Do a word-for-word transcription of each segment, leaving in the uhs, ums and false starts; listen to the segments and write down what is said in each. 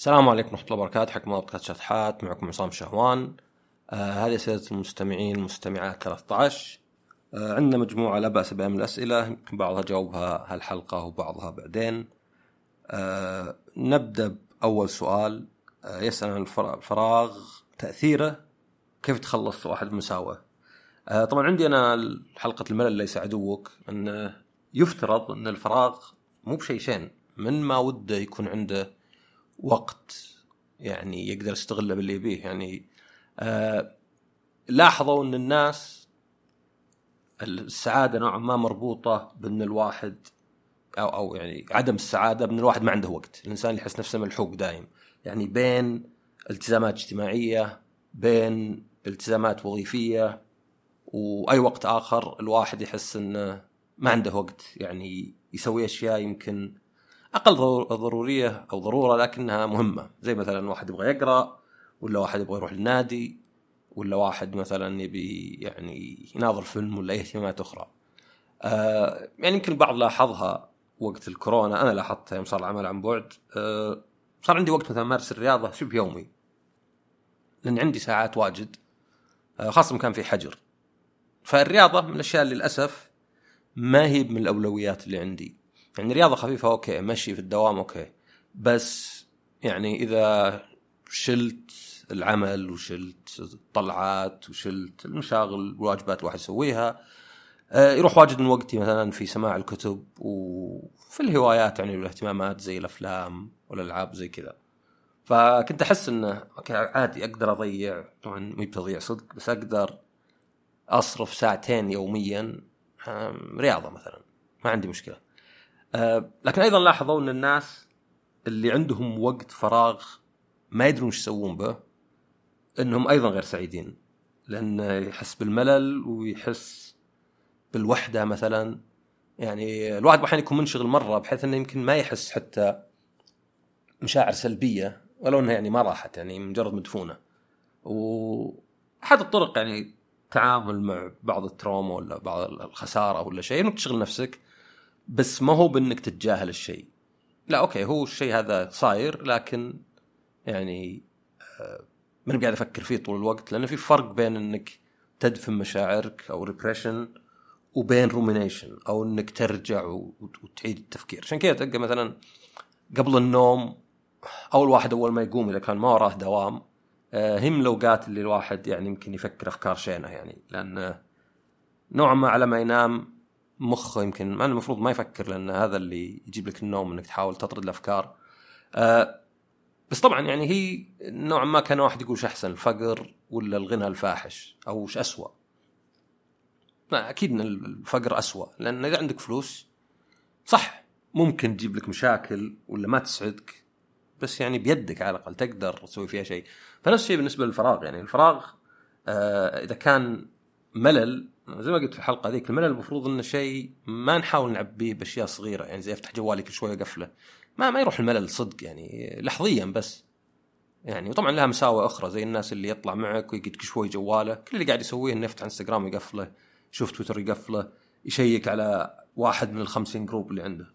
السلام عليكم ورحمة الله وبركاته. حكم الله بودكاست شطحات، معكم عصام شهوان. آه هذه أسئلة المستمعين مستمعات ثلاثة عشر. آه عندنا مجموعة لا بأس بها من الأسئلة، يمكن بعضها جاوبها هالحلقة وبعضها بعدين. آه نبدأ بأول سؤال. آه يسأل عن الفراغ تأثيره، كيف تخلص واحد مساوئ. آه طبعا عندي أنا حلقة الملل ليس عدوك، أن يفترض أن الفراغ مو بشيء شين، من ما وده يكون عنده وقت يعني يقدر يستغله باللي يبيه. يعني آه لاحظوا أن الناس السعادة نوعا ما مربوطة بأن الواحد أو, أو يعني عدم السعادة بأن الواحد ما عنده وقت. الإنسان يحس نفسه ملحوق دائم، يعني بين التزامات اجتماعية، بين التزامات وظيفية، وأي وقت آخر الواحد يحس أنه ما عنده وقت يعني يسوي أشياء يمكن أقل ضرورية أو ضرورة لكنها مهمة، زي مثلا واحد يبغى يقرأ، ولا واحد يبغى يروح للنادي، ولا واحد مثلا يبي يعني يناظر فيلم، ولا أي اهتمامات أخرى. آه يعني يمكن البعض لاحظها وقت الكورونا، أنا لاحظتها يوم صار العمل عن بعد. آه صار عندي وقت مثلا مارس الرياضة شبه يومي، لأن عندي ساعات واجد، آه خاصة كان في حجر. فالرياضة من الأشياء اللي للأسف ما هي من الأولويات اللي عندي. يعني رياضة خفيفة أوكي، مشي في الدوام أوكي، بس يعني إذا شلت العمل وشلت الطلعات وشلت المشاغل والواجبات الواحد يسويها، يروح واجد من وقتي مثلا في سماع الكتب وفي الهوايات يعني والاهتمامات زي الأفلام والألعاب زي كذا. فكنت أحس إنه عادي أقدر أضيع، طبعا مو بتضيع صدق، بس أقدر أصرف ساعتين يوميا رياضة مثلا، ما عندي مشكلة. أه لكن أيضا لاحظوا أن الناس اللي عندهم وقت فراغ ما يدرون ايش يسوون به، انهم ايضا غير سعيدين، لان يحس بالملل ويحس بالوحدة مثلا. يعني الواحد احيانا يكون منشغل مرة بحيث انه يمكن ما يحس حتى مشاعر سلبية، ولو انها يعني ما راحت، يعني مجرد مدفونة. وأحد الطرق يعني تعامل مع بعض التروما ولا بعض الخسارة ولا شيء انك تشغل نفسك، بس ما هو بانك تتجاهل الشيء. لا اوكي، هو الشيء هذا صاير، لكن يعني من قاعد افكر فيه طول الوقت، لانه في فرق بين انك تدفن مشاعرك او ريبريشن، وبين رومينيشن او انك ترجع وتعيد التفكير. عشان كذا تلقى مثلا قبل النوم اول واحد اول ما يقوم اذا كان ما وراه دوام، هم لوقات اللي الواحد يعني يمكن يفكر افكار شينه، يعني لان نوعا ما على ما ينام مخه يمكن ما المفروض ما يفكر، لان هذا اللي يجيب لك النوم، انك تحاول تطرد الافكار. أه بس طبعا يعني هي نوعا ما كان واحد يقول شو احسن، الفقر ولا الغنى الفاحش، او وش اسوأ؟ اكيد ان الفقر اسوأ، لان اذا عندك فلوس صح ممكن تجيب لك مشاكل ولا ما تسعدك، بس يعني بيدك على الاقل تقدر تسوي فيها شيء. فنفس الشيء بالنسبه للفراغ. يعني الفراغ آه اذا كان ملل، زي ما قلت في الحلقه ذيك، الملل المفروض انه شيء ما نحاول نعبيه باشياء صغيره، يعني زي افتح جوالي كل شويه قفله، ما ما يروح الملل صدق، يعني لحظيا بس. يعني وطبعا لها مساوئ اخرى، زي الناس اللي يطلع معك ويقعد كل شوي جواله، كل اللي قاعد يسويه انه يفتح انستغرام يقفله، يشوف تويتر يقفله، يشيك على واحد من الخمسين جروب اللي عنده.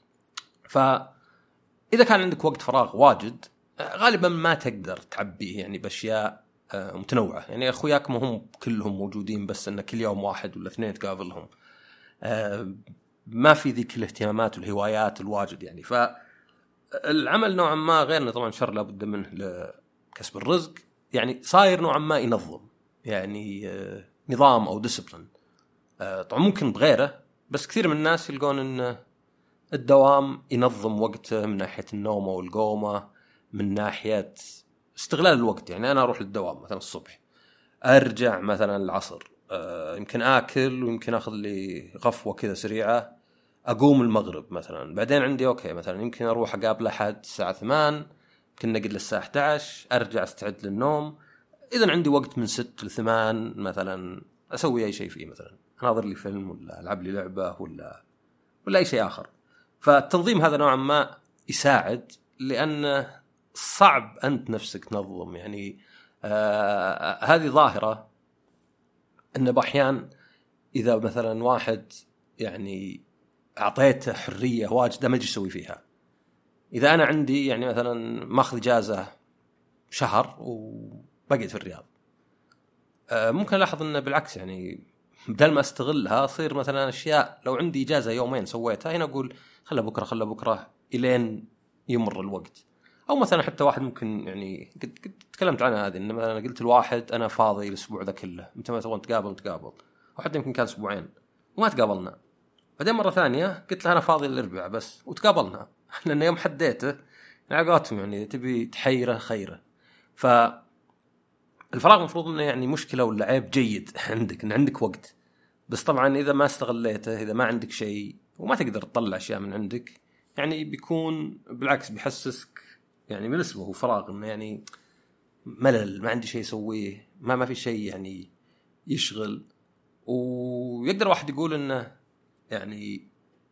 فاذا كان عندك وقت فراغ واجد، غالبا ما تقدر تعبيه يعني باشياء متنوعه. يعني اخوياك ما هم كلهم موجودين، بس ان كل يوم واحد ولا اثنين تقابلهم، ما في ذيك الاهتمامات والهوايات الواجد. يعني ف العمل نوعا ما غيرنا، طبعا شر لابد منه لكسب الرزق، يعني صاير نوعا ما ينظم، يعني نظام أو ديسبلين. طبعا ممكن بغيره، بس كثير من الناس يلقون أن الدوام ينظم وقته من ناحية النوم أو القومة، من ناحية استغلال الوقت. يعني أنا أروح للدوام مثلا الصبح، أرجع مثلا العصر، يمكن آكل ويمكن أخذ لي غفوة كذا سريعة، أقوم المغرب مثلا، بعدين عندي أوكي مثلا يمكن أروح أقابل أحد الساعة ثمان، يمكن نقل للساعة إحدى عشر، أرجع أستعد للنوم. إذن عندي وقت من ست لثمان مثلا أسوي أي شيء فيه، مثلا أناظر لي فيلم ولا ألعب لي لعبة ولا ولا أي شيء آخر. فالتنظيم هذا نوعا ما يساعد، لأنه صعب أنت نفسك تنظم. يعني آه هذه ظاهرة أن بأحيان إذا مثلا واحد يعني أعطيته حرية واجدة ما يجي يسوي فيها، إذا أنا عندي يعني مثلا ماخذ إجازة شهر وبقيت في الرياض، ممكن ألاحظ أنه بالعكس يعني بدل ما أستغلها أصير مثلا أشياء لو عندي إجازة يومين سويتها هنا أقول خلها بكرة خلها بكرة إلين يمر الوقت. أو مثلا حتى واحد ممكن يعني قد تكلمت عنها هذه، إن مثلا قلت الواحد أنا فاضي الأسبوع ذا كله، متى ما تبغون نتقابل نتقابل، وحتى يمكن كان أسبوعين وما تقابلنا. بعدين مرة ثانية قلت له أنا فاضي الأربعاء بس وتقابلنا، لأن يوم حديته عقاتهم يعني تبي تحيره خيره. فالفراغ المفروض إنه يعني مشكلة ولا عيب جيد عندك، إن عندك وقت، بس طبعا إذا ما استغليته، إذا ما عندك شيء وما تقدر تطلع أشياء من عندك، يعني بيكون بالعكس بيحسسك يعني من اسمه هو فراغ، إنه يعني ملل، ما عندي شيء أسويه، ما ما في شيء يعني يشغل. ويقدر واحد يقول إنه يعني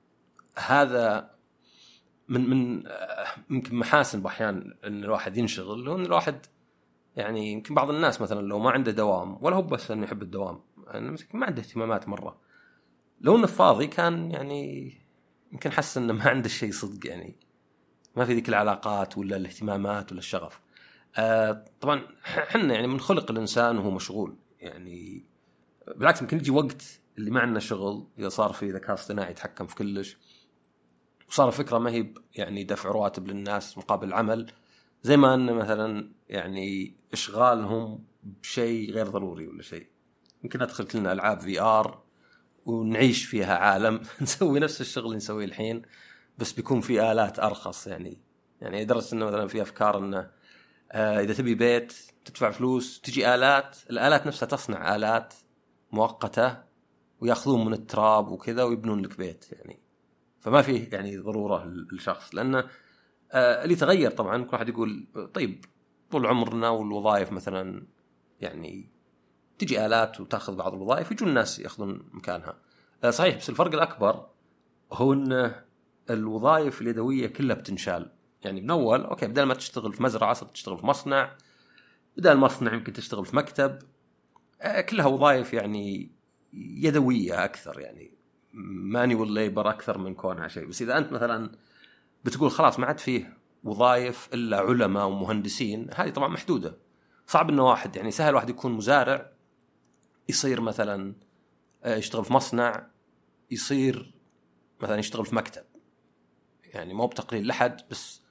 هذا من من يمكن محاسن بأحيان إن الواحد ينشغل، لأن الواحد يعني يمكن بعض الناس مثلا لو ما عنده دوام، ولا هو بس إنه يحب الدوام، يعني ما عنده اهتمامات مرة، لو إنه فاضي كان يعني يمكن حس إنه ما عنده شيء صدق، يعني ما في ذيك العلاقات ولا الاهتمامات ولا الشغف. آه طبعا حنا يعني من خلق الإنسان وهو مشغول، يعني بالعكس يمكن يجي وقت اللي ما عندنا شغل، إذا صار في ذكاء اصطناعي يتحكم في كلش، وصار فكرة ما هي يعني دفع رواتب للناس مقابل العمل، زي ما أن مثلا يعني إشغالهم بشيء غير ضروري ولا شيء. يمكن ندخل كلنا ألعاب في آر ونعيش فيها عالم نسوي نفس الشغل اللي نسويه الحين، بس بيكون في آلات أرخص. يعني يعني درست إنه مثلا في أفكار إنه آه إذا تبي بيت تدفع فلوس، تجي آلات، الآلات نفسها تصنع آلات مؤقتة ويأخذون من التراب وكذا ويبنون لك بيت. يعني فما فيه يعني ضرورة للشخص، لأنه آه اللي تغير طبعا كل واحد يقول طيب طول عمرنا والوظائف مثلا يعني تجي آلات وتأخذ بعض الوظائف ويجون الناس يأخذون مكانها. آه صحيح، بس الفرق الأكبر هو أن الوظائف اليدوية كلها بتنشال. يعني من أول أوكي، بدل ما تشتغل في مزرعة صرت تشتغل في مصنع، بدل مصنع يمكن تشتغل في مكتب، آه كلها وظائف يعني يدوية أكثر، يعني مانيوال ليبر أكثر من كونها شيء. بس إذا أنت مثلا بتقول خلاص ما عاد فيه وظائف إلا علماء ومهندسين، هذه طبعا محدودة. صعب إنه واحد يعني سهل واحد يكون مزارع يصير مثلا يشتغل في مصنع، يصير مثلا يشتغل في مكتب، يعني مو بتقليل لحد، بس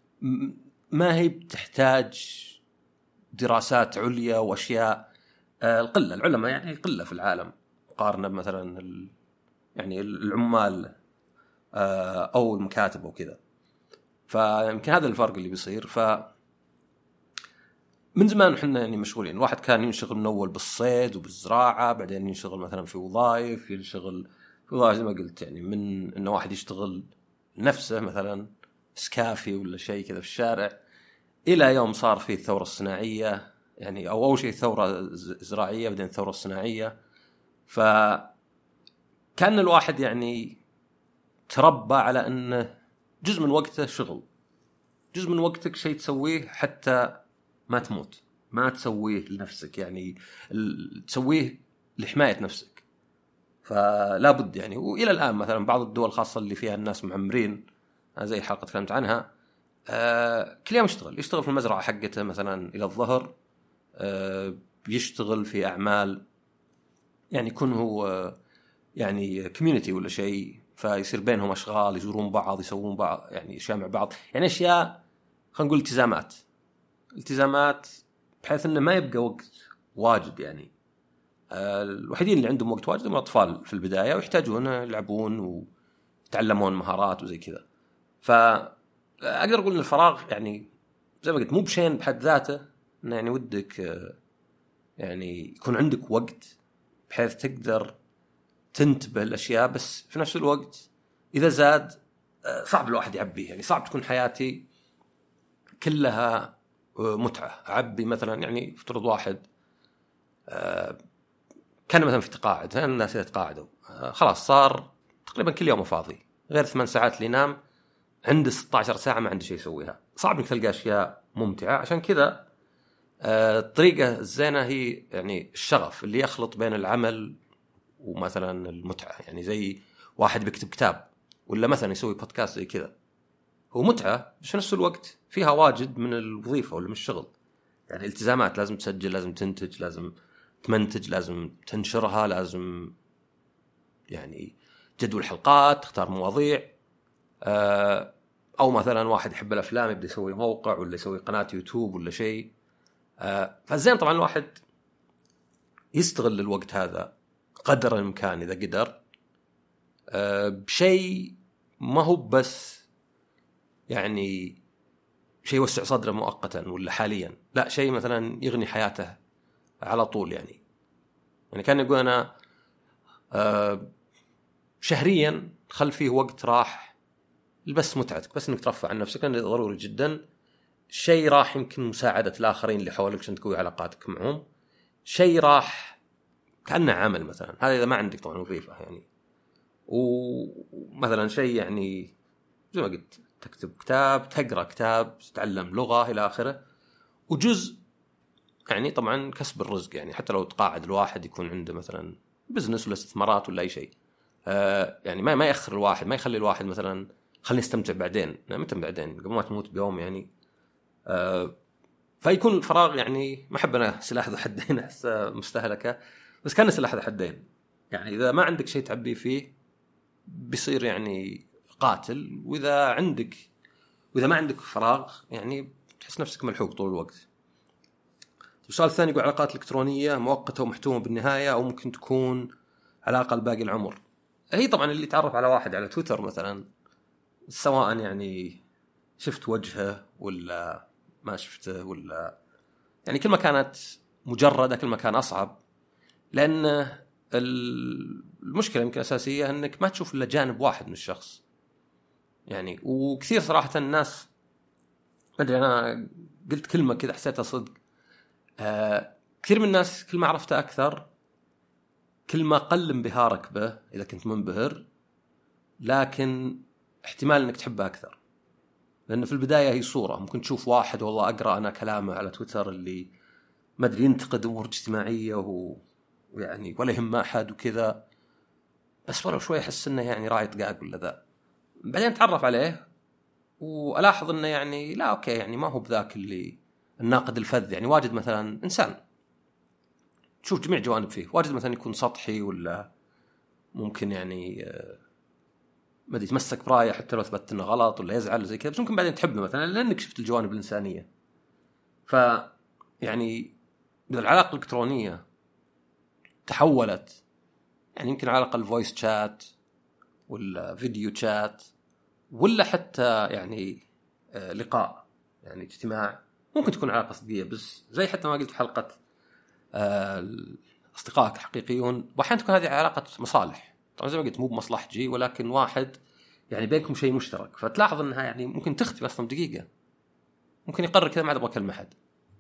ما هي بتحتاج دراسات عليا وأشياء. القلة العلماء يعني قلة في العالم مقارنة مثلا ال يعني العمال أو المكاتب وكذا. فيمكن هذا الفرق اللي بيصير. ف من زمان احنا يعني مشغولين. الواحد كان ينشغل من أول بالصيد وبالزراعة، بعدين ينشغل مثلا في وظائف، ينشغل في وظائف زي ما قلت، يعني من إنه واحد يشتغل نفسه مثلا سكافي ولا شيء كذا في الشارع، إلى يوم صار فيه الثورة الصناعية، يعني أو أول شيء ثورة زراعية بعدين الثورة الصناعية. فكان الواحد يعني تربى على أنه جزء من وقته شغل، جزء من وقتك شيء تسويه حتى ما تموت، ما تسويه لنفسك، يعني تسويه لحماية نفسك. فلا بد يعني. وإلى الآن مثلا بعض الدول الخاصة اللي فيها الناس معمرين، زي حلقة تكلمت عنها، آه كل يوم يشتغل يشتغل في المزرعة حقته مثلا إلى الظهر، آه بيشتغل في أعمال يعني يكون هو آه يعني كوميونيتي ولا شيء، فيصير بينهم أشغال، يزورون بعض، يسوون بعض يعني أشياء مع بعض، يعني أشياء خلينا نقول التزامات التزامات بحيث إنه ما يبقى وقت واجد. يعني آه الوحيدين اللي عندهم وقت واجد هم الأطفال في البداية، ويحتاجون يلعبون ويتعلمون مهارات وزي كذا. فأقدر أقول إن الفراغ يعني زي ما قلت مو بشين بحد ذاته، إنه يعني ودك آه يعني يكون عندك وقت بحيث تقدر تنتبه الأشياء، بس في نفس الوقت إذا زاد آه صعب الواحد يعبيه. يعني صعب تكون حياتي كلها متعة أعبي مثلا. يعني افترض واحد آه كان مثلا في تقاعد، الناس يتقاعدوا آه خلاص صار تقريبا كل يوم فاضي، غير ثمان ساعات اللي ينام، عنده ستة عشر ساعة ما عنده شيء يسويها. صعب انك تلقى أشياء ممتعة. عشان كذا آه الطريقة الزينة هي يعني الشغف اللي يخلط بين العمل ومثلا المتعة. يعني زي واحد بيكتب كتاب ولا مثلا يسوي بودكاست زي كذا، هو متعة بس في نفس الوقت فيها واجد من الوظيفة ولا من الشغل. يعني التزامات، لازم تسجل، لازم تنتج، لازم تمنتج، لازم تنشرها، لازم يعني جدول حلقات، تختار مواضيع. أو مثلا واحد يحب الأفلام يبدأ يسوي موقع ولا يسوي قناة يوتيوب ولا شيء. فالزين طبعا الواحد يستغل الوقت هذا قدر الإمكان إذا قدر بشيء ما هو بس يعني شيء يوسع صدره مؤقتا ولا حاليا، لا شيء مثلا يغني حياته على طول. يعني يعني كان يقول أنا شهريا خل فيه وقت راح بس متعتك، بس انك ترفع عن نفسك، لأنه ضروري جدا. شيء راح يمكن مساعدة الآخرين اللي حولك عشان تقوي علاقاتك معهم، شيء راح كأنه عمل مثلا، هذا إذا ما عندك طبعا وظيفة يعني. ومثلا شيء يعني زي ما قلت تكتب كتاب، تقرأ كتاب، تتعلم لغة إلى آخره. وجزء يعني طبعا كسب الرزق، يعني حتى لو تقاعد الواحد يكون عنده مثلا بزنس ولا استثمارات ولا أي شيء، آه يعني ما ما يأخر الواحد، ما يخلي الواحد مثلا خلني استمتع بعدين، لا متى بعدين قبل ما تموت بيوم يعني. آه فيكون الفراغ يعني ما أحب أنا سلاح ذو حدين، أحس مستهلكة، بس كان سلاح ذو حدين. يعني إذا ما عندك شيء تعبي فيه بيصير يعني قاتل، وإذا عندك وإذا ما عندك فراغ يعني تحس نفسك ملحوق طول الوقت. السؤال الثاني يقول علاقات إلكترونية مؤقتة ومحتومة بالنهاية أو ممكن تكون علاقة لباقي العمر؟ هي طبعا اللي تعرف على واحد على تويتر مثلا، سواء يعني شفت وجهه ولا ما شفته، ولا يعني كل ما كانت مجردة كل ما كان أصعب، لأن المشكلة يمكن أساسية أنك ما تشوف إلا جانب واحد من الشخص يعني. وكثير صراحة الناس ما أدري، أنا قلت كلمة كذا حسيتها صدق، آه كثير من الناس كل ما عرفته أكثر كل ما قل انبهارك به إذا كنت منبهر، لكن احتمال أنك تحبه أكثر. لأن في البداية هي صورة، ممكن تشوف واحد والله أقرأ أنا كلامه على تويتر اللي ما أدري ينتقد أمور اجتماعية وهو يعني ولا يهم أحد وكذا، بس ولو شوي أحس إنه يعني راعي دقاق ولا ذا. بعدين أتعرف عليه وألاحظ إنه يعني لا أوكي، يعني ما هو بذاك اللي الناقد الفذ. يعني واجد مثلا إنسان تشوف جميع جوانب فيه، واجد مثلا يكون سطحي ولا ممكن يعني ما ادري يتمسك برايه حتى لو ثبت انه غلط ولا يزعل زي كذا، بس ممكن بعدين تحبه مثلا لانك شفت الجوانب الانسانيه. ف يعني اذا العلاقه الالكترونيه تحولت يعني يمكن علاقه الفويس شات ولا فيديو شات ولا حتى يعني آه لقاء يعني اجتماع، ممكن تكون علاقه صديقيه، بس زي حتى ما قلت في حلقه آه اصدقائك حقيقيون، واحيانا تكون هذه علاقه مصالح. طبعا زي ما قلت مو بمصلحتي، ولكن واحد يعني بينكم شيء مشترك، فتلاحظ انها يعني ممكن تختفي اصلا بدقيقه، ممكن يقرر كذا ما عاد ابغى اكلم احد،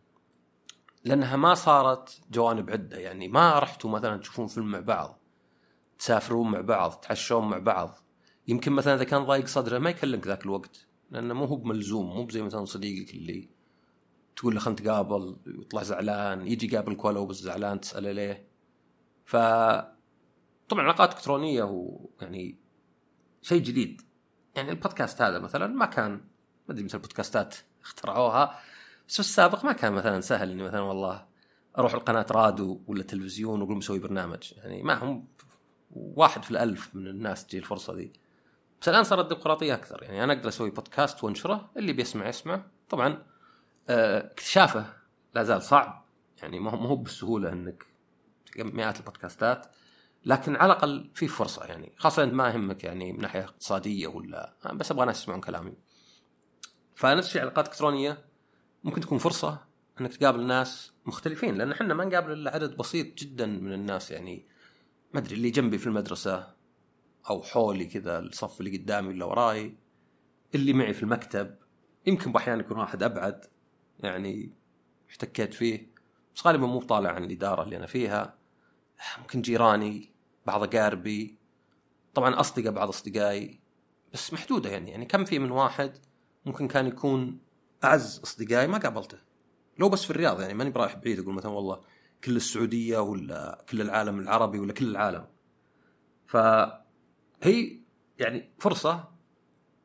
لانها ما صارت جوانب عده. يعني ما رحتوا مثلا تشوفون فيلم مع بعض، تسافرون مع بعض، تعشون مع بعض. يمكن مثلا اذا كان ضايق صدره ما يكلمك ذاك الوقت، لانه مو هو بملزوم، مو زي مثلا صديقك اللي تقول له خلنا نتقابل ويطلع زعلان، يجي يقابلك ولو بس زعلان تساله ليه. ف طبعا علاقات الكترونيه هو يعني شيء جديد. يعني البودكاست هذا مثلا ما كان، ما ادري مثل البودكاستات اخترعوها، بس في السابق ما كان مثلا سهل اني مثلا والله اروح القناه راديو ولا تلفزيون واقول مسوي برنامج. يعني ما هم واحد في الألف من الناس تجي الفرصه ذي. بس الان صارت ديمقراطيه اكثر، يعني انا اقدر اسوي بودكاست وانشره، اللي بيسمع يسمع. طبعا اه اكتشافه لا زال صعب، يعني ما هو بالسهوله انك مئات البودكاستات، لكن على الأقل في فرصة. يعني خاصة أنت ما يهمك يعني من ناحية اقتصادية ولا، بس أبغى ناس يسمعون كلامي. فنفس الشيء علاقات إلكترونية ممكن تكون فرصة أنك تقابل ناس مختلفين، لأن إحنا ما نقابل إلا عدد بسيط جدا من الناس. يعني ما أدري اللي جنبي في المدرسة أو حولي كذا الصف اللي قدامي ولا وراي، اللي معي في المكتب، يمكن بأحيان يكون واحد أبعد يعني احتكيت فيه، بس غالبا مو طالع عن الإدارة اللي أنا فيها. ممكن جيراني، بعض أقاربي، طبعا أصدقاء بعض أصدقائي، بس محدودة. يعني يعني كم في من واحد ممكن كان يكون أعز أصدقائي ما قابلته، لو بس في الرياض. يعني ماني برايح بعيد أقول مثلا والله كل السعودية ولا كل العالم العربي ولا كل العالم. فهي يعني فرصة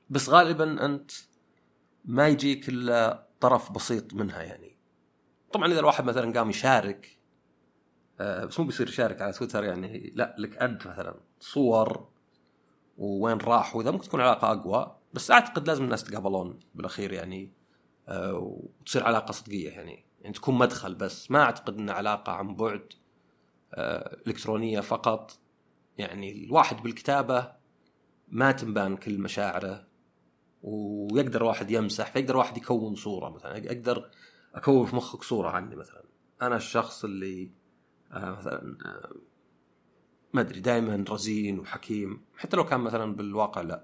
بس غالبا أنت ما يجيك إلا طرف بسيط منها. يعني طبعا إذا الواحد مثلا قام يشارك آه بس مو بيصير يشارك على تويتر، يعني لا لك أنت مثلا صور ووين راح، وإذا ممكن تكون علاقة أقوى. بس أعتقد لازم الناس تقابلون بالأخير يعني آه وتصير علاقة صدقية، يعني يعني تكون مدخل. بس ما أعتقد أن علاقة عن بعد آه إلكترونية فقط. يعني الواحد بالكتابة ما تنبان كل مشاعره، ويقدر واحد يمسح، فيقدر واحد يكون صورة. مثلا أقدر أكون في مخك صورة عني، مثلا أنا الشخص اللي آه مثلا آه ما أدري دائما رزين وحكيم، حتى لو كان مثلا بالواقع لا.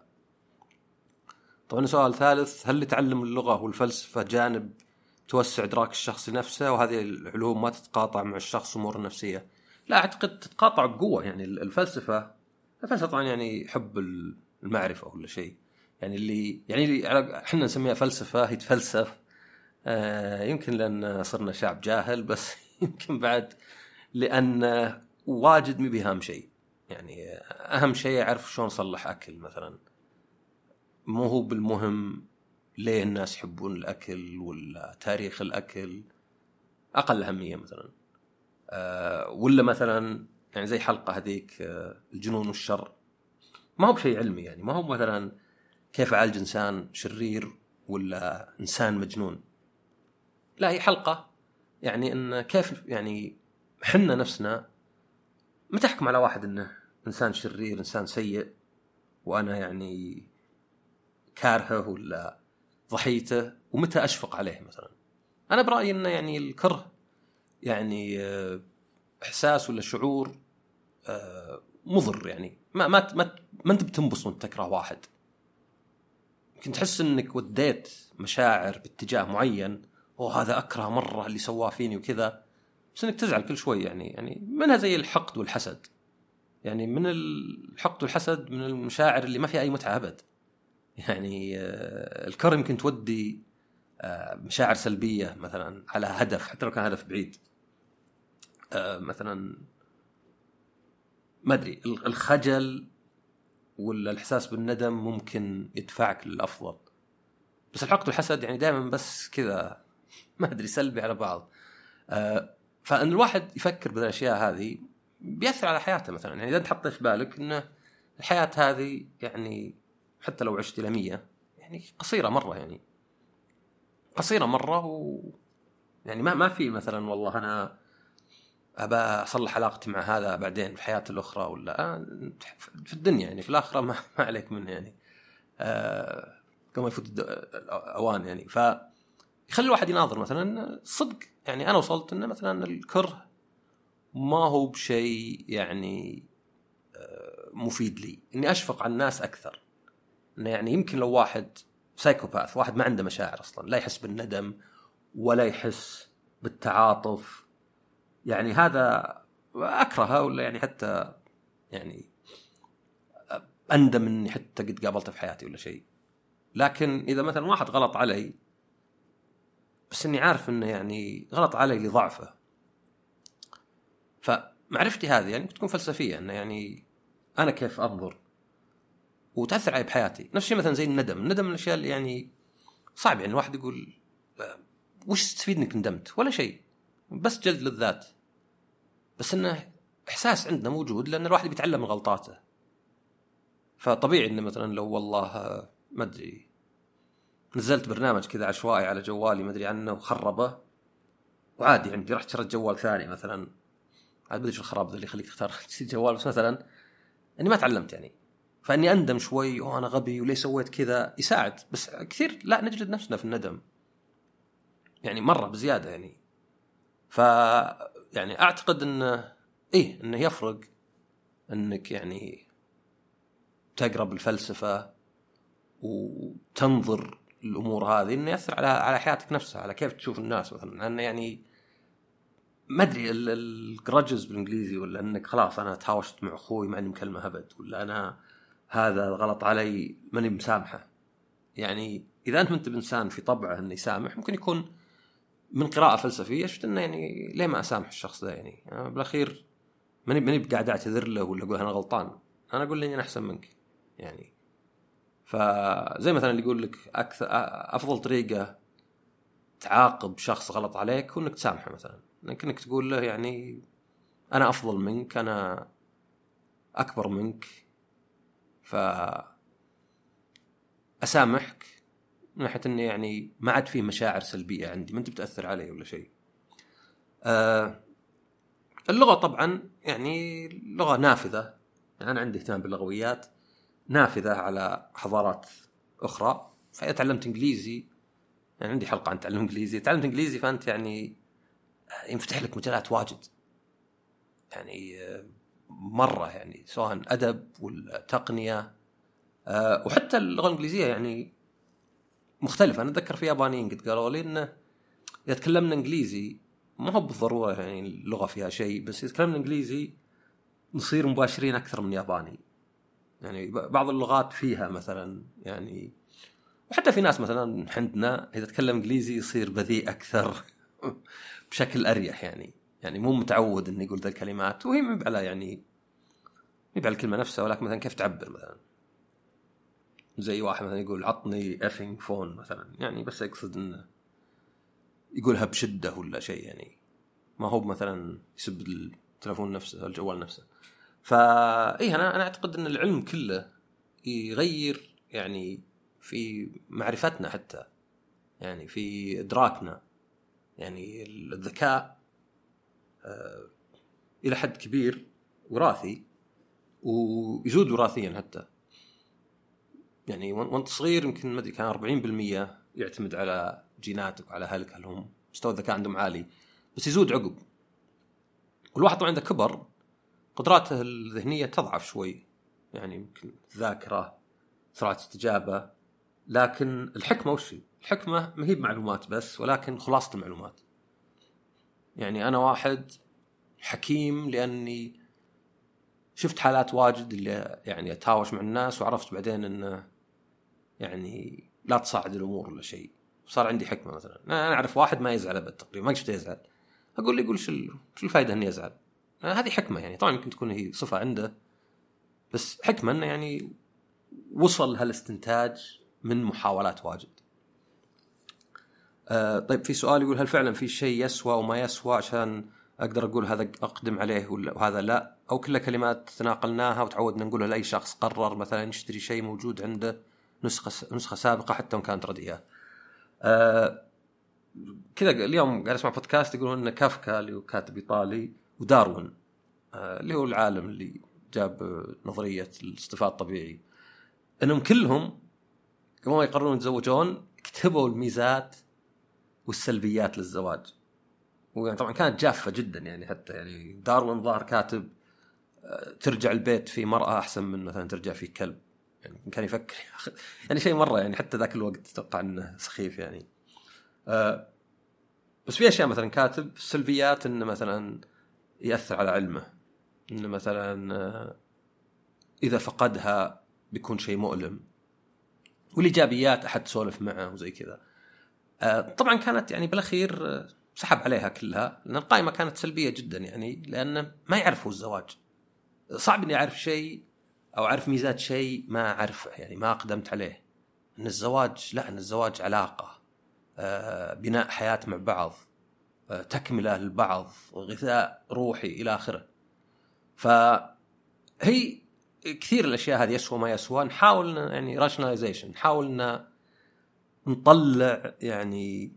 طبعا سؤال ثالث، هل تعلم اللغة والفلسفة جانب توسع إدراك الشخص نفسه، وهذه العلوم ما تتقاطع مع الشخص أمور النفسية؟ لا أعتقد تتقاطع بقوة. يعني الفلسفة الفلسفة طبعا يعني حب المعرفة ولا شيء، يعني اللي يعني اللي احنا نسميها فلسفة يتفلسف آه يمكن لأن صرنا شعب جاهل، بس يمكن بعد لأن واجد مي بهم شيء. يعني أهم شيء أعرف شلون أصلح أكل مثلا، مو هو بالمهم ليه الناس يحبون الأكل ولا تاريخ الأكل، أقل أهمية مثلا. أه ولا مثلا يعني زي حلقة هذيك أه الجنون والشر، ما هو بشيء علمي. يعني ما هو مثلا كيف أعالج إنسان شرير ولا إنسان مجنون، لا هي حلقة يعني إن كيف يعني حنا نفسنا متى أحكم على واحد إنه إنسان شرير إنسان سيء وأنا يعني كارهه ولا ضحيته، ومتى أشفق عليه مثلا. أنا برأيي إنه يعني الكره يعني إحساس ولا شعور مضر. يعني ما ما ما, ما أنت بتنبسط وأنت تكره واحد، يمكن تحس إنك وديت مشاعر باتجاه معين، وهذا أكره مرة اللي سواه فيني وكذا، بس إنك تزعل كل شوي. يعني يعني منها زي الحقد والحسد. يعني من الحقد والحسد من المشاعر اللي ما فيها أي متعة أبد. يعني الكره يمكن تودي مشاعر سلبية مثلا على هدف، حتى لو كان هدف بعيد. مثلا ما أدري الخجل ولا الإحساس بالندم ممكن يدفعك للأفضل، بس الحقد والحسد يعني دائما بس كذا ما أدري سلبي على بعض. فأن الواحد يفكر بالأشياء هذه بيأثر على حياته. مثلا يعني إذا تحط في بالك إنه الحياة هذه يعني حتى لو عشت إلى مية يعني قصيرة مرة، يعني قصيرة مرة، و يعني ما ما في مثلا والله أنا أبى أصلح علاقتي مع هذا بعدين في حياتي الأخرى، ولا في الدنيا يعني في الآخرة ما, ما عليك منه يعني آه كما يفوت أوان. يعني فيخلي الواحد يناظر مثلا صدق. يعني أنا وصلت إنه مثلا الكره ما هو بشيء يعني آه مفيد لي، إني أشفق على الناس أكثر. إنه يعني يمكن لو واحد سايكوباث، واحد ما عنده مشاعر أصلا، لا يحس بالندم ولا يحس بالتعاطف، يعني هذا أكرهه، ولا يعني حتى يعني أندم إني حتى قد قابلته في حياتي ولا شيء. لكن إذا مثلا واحد غلط علي بس إني عارف إنه يعني غلط علي لضعفه، فمعرفتي هذه يعني تكون فلسفية، إنه يعني أنا كيف أنظر وتأثر علي بحياتي. نفس الشيء مثلا زي الندم. الندم من الأشياء اللي يعني صعب. يعني الواحد يقول وش تستفيد إنك ندمت؟ ولا شيء، بس جلد للذات. بس إنه إحساس عندنا موجود، لأن الواحد بيتعلم من غلطاته. فطبيعي إنه مثلا لو والله ما أدري نزلت برنامج كذا عشوائي على جوالي ما أدري عنه وخربه، وعادي عندي رحت شريت جوال ثاني مثلا، عاد بدي شو الخراب ذا اللي يخليك تختار جوال، بس مثلا إني ما تعلمت يعني، فإني أندم شوي وأنا غبي وليه سويت كذا يساعد. بس كثير لا نجلد نفسنا في الندم يعني مرة بزيادة يعني. ف يعني أعتقد إنه إيه إنه يفرق إنك يعني تقرب الفلسفة وتنظر الأمور هذه، إنه يأثر على على حياتك نفسها، على كيف تشوف الناس مثلا. لأن يعني ما أدري الجراجز بالإنجليزي، ولا إنك خلاص أنا تهاوشت مع أخوي مع إني مكلمة هبد، ولا أنا هذا غلط علي ماني مسامحه. يعني إذا أنت أنت بإنسان في طبعه إنه يسامح، ممكن يكون من قراءة فلسفية شفت إنه يعني ليه ما أسامح الشخص ده. يعني أنا بالأخير ماني ماني بقاعد أعتذر له ولا أقول أنا غلطان، أنا أقول لي أنا أحسن منك يعني. فزي مثلا اللي يقول لك اكثر افضل طريقه تعاقب شخص غلط عليك هو انك تسامحه مثلا، انك تقول له يعني انا افضل منك، انا اكبر منك، ف اسامحك من ناحيه اني يعني ما عاد فيه مشاعر سلبيه عندي، ما انت بتاثر علي ولا شيء. أه اللغه طبعا يعني لغه نافذه، يعني انا عندي اهتمام باللغويات، نافذه على حضارات اخرى. فاذا تعلمت انجليزي، يعني عندي حلقه عن تعلم انجليزي، تعلمت انجليزي فانت يعني ينفتح لك مجالات واجد، يعني مره، يعني سواء ادب ولا تقنيه. أه وحتى اللغه الانجليزيه يعني مختلفه. انا اتذكر في يابانيين قد قالوا لي انه اذا تكلمنا انجليزي ما هو بالضروره يعني اللغه فيها شيء، بس اذا تكلمنا انجليزي نصير مباشرين اكثر من ياباني. يعني بعض اللغات فيها مثلا يعني، وحتى في ناس مثلا عندنا اذا تكلم انجليزي يصير بذيء اكثر بشكل اريح، يعني يعني مو متعود انه يقول ذا الكلمات، وهي مو على يعني مو على الكلمه نفسها، ولكن مثلا كيف تعبر. مثلا زي واحد مثلا يقول عطني افينج فون مثلا، يعني بس يقصد انه يقولها بشده ولا شيء، يعني ما هو مثلا يسب التلفون نفسه الجوال نفسه. فايه انا انا اعتقد ان العلم كله يغير يعني في معرفتنا، حتى يعني في ادراكنا. يعني الذكاء آه الى حد كبير وراثي، ويزود وراثيا حتى. يعني وانت صغير يمكن ما ادري كان أربعين بالمئة يعتمد على جيناتك وعلى اهلك، هل هم مستوى الذكاء عندهم عالي، بس يزود عقب. والواحد طبعا عند كبر قدراته الذهنيه تضعف شوي، يعني يمكن ذاكره، سرعه استجابه. لكن الحكمه وش هي؟ الحكمه ما هي بمعلومات بس، ولكن خلاصه المعلومات. يعني انا واحد حكيم لاني شفت حالات واجد اللي يعني اتهاوش مع الناس، وعرفت بعدين انه يعني لا تصعد الامور ولا شيء. صار عندي حكمه. مثلا انا اعرف واحد ما يزعل ابد تقريبا، ما شفته يزعل، اقول لي يقول شو شو الفائده اني ازعل؟ هذه حكمه. يعني طبعا ممكن تكون هي صفه عنده، بس حكمه انه يعني وصل هالاستنتاج من محاولات واجد. آه طيب في سؤال يقول هل فعلا في شيء يسوى وما يسوى عشان اقدر اقول هذا اقدم عليه وهذا لا، او كلها كلمات تناقلناها وتعودنا نقولها لاي شخص قرر مثلا يشتري شيء موجود عنده نسخه نسخه سابقه حتى وان كانت رديئه؟ آه كذا اليوم قاعد اسمع بودكاست يقولون ان كافكا اللي هو كاتب ايطالي وداروين آه اللي هو العالم اللي جاب نظريه الاصطفاء الطبيعي، انهم كلهم قبل ما يقررون يتزوجون كتبوا الميزات والسلبيات للزواج. ويعني طبعا كانت جافة جدا، يعني حتى يعني داروين ظهر كاتب ترجع البيت في مرأة أحسن من مثلا ترجع في كلب. يعني كان يفكر يعني شيء مرة، يعني حتى ذاك الوقت أتوقع أنه سخيف يعني. أه بس في أشياء مثلا كاتب السلبيات إنه مثلا يأثر على علمه، إنه مثلا إذا فقدها بيكون شيء مؤلم، والإيجابيات أحد سولف معه وزي كذا. أه طبعا كانت يعني بالأخير سحب عليها كلها، لأن القائمة كانت سلبية جدا، يعني لأنه ما يعرفوا الزواج. صعب إني أعرف شيء أو أعرف ميزات شيء ما أعرفه، يعني ما قدمت عليه. إن الزواج لا، إن الزواج علاقة، آه، بناء حياة مع بعض، آه، تكملة للبعض، غذاء روحي إلى آخره. فهي كثير الأشياء هذه يسوى ما يسوى، نحاول يعني راشناليزيشن، نحاول نطلع يعني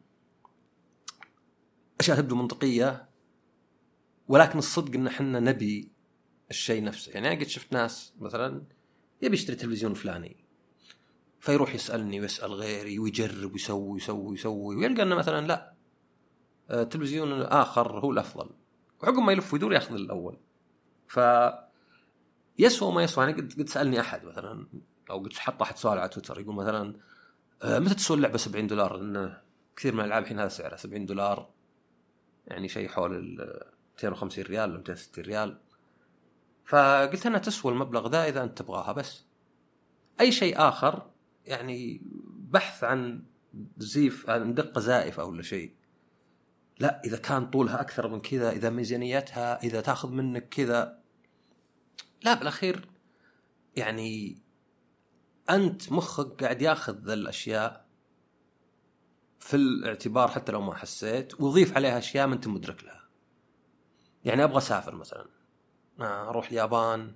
أشياء تبدو منطقية، ولكن الصدق إن إحنا نبي الشيء نفسه. يعني أنا قد شفت ناس مثلا يبي يشتري تلفزيون فلاني، فيروح يسألني ويسأل غيري ويجرب ويسوي ويسوي ويسوي ويلقى أنه مثلا لا، تلفزيون آخر هو الأفضل، وعقب ما يلف ويدور يأخذ الأول. ف يسوى ما يسوى. يعني قد قد سألني أحد مثلا، أو قد حط أحد سؤال على تويتر يقول مثلا متى تسوى اللعبة سبعين دولار؟ لأن كثير من الألعاب الحين هذا سعرها سبعين دولار، يعني شيء حول مئتين وخمسين ريال ولا مئتين وستين ريال. فقلت أنا تسوى المبلغ ذا إذا أنت تبغاها، بس أي شيء آخر يعني بحث عن زيف، عن دقة زائفة أو لا شيء. لا، إذا كان طولها أكثر من كذا، إذا ميزانيتها، إذا تأخذ منك كذا، لا بالأخير يعني أنت مخك قاعد ياخذ ذا الأشياء في الاعتبار حتى لو ما حسيت، ويضيف عليها أشياء ما أنت مدرك لها. يعني أبغى أسافر مثلا، أروح اليابان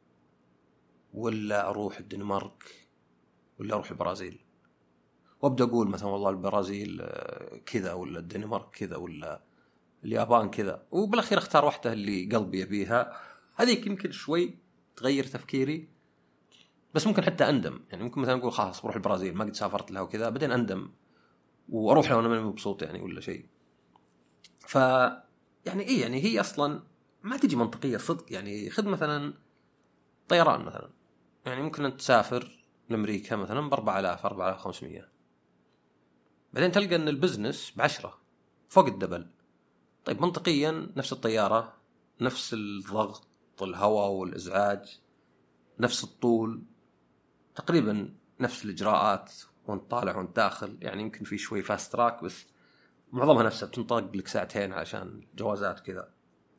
ولا أروح الدنمارك ولا أروح البرازيل، وأبدأ أقول مثلا والله البرازيل كذا ولا الدنمارك كذا ولا اليابان كذا، وبالأخير أختار واحدة اللي قلبي يبيها. هذيك يمكن شوي تغير تفكيري، بس ممكن حتى أندم. يعني ممكن مثلا أقول خلاص بروح البرازيل ما قد سافرت لها وكذا، بعدين أندم وأروح لو أنا ماني مبسوط يعني ولا شيء. ف يعني إيه يعني هي أصلا ما تجي منطقية صدق. يعني خذ مثلا طيران مثلا، يعني ممكن أن تسافر لأمريكا مثلا بأربعة آلاف أربعة آلاف وخمسمية، بعدين تلقى أن البزنس بعشرة فوق الدبل. طيب منطقيا نفس الطيارة، نفس الضغط الهواء والإزعاج، نفس الطول، تقريبا نفس الإجراءات وانت طالع وانت داخل. يعني يمكن في شوي فاست تراك بس معظمها نفسها بتنطق لك ساعتين عشان جوازات كذا.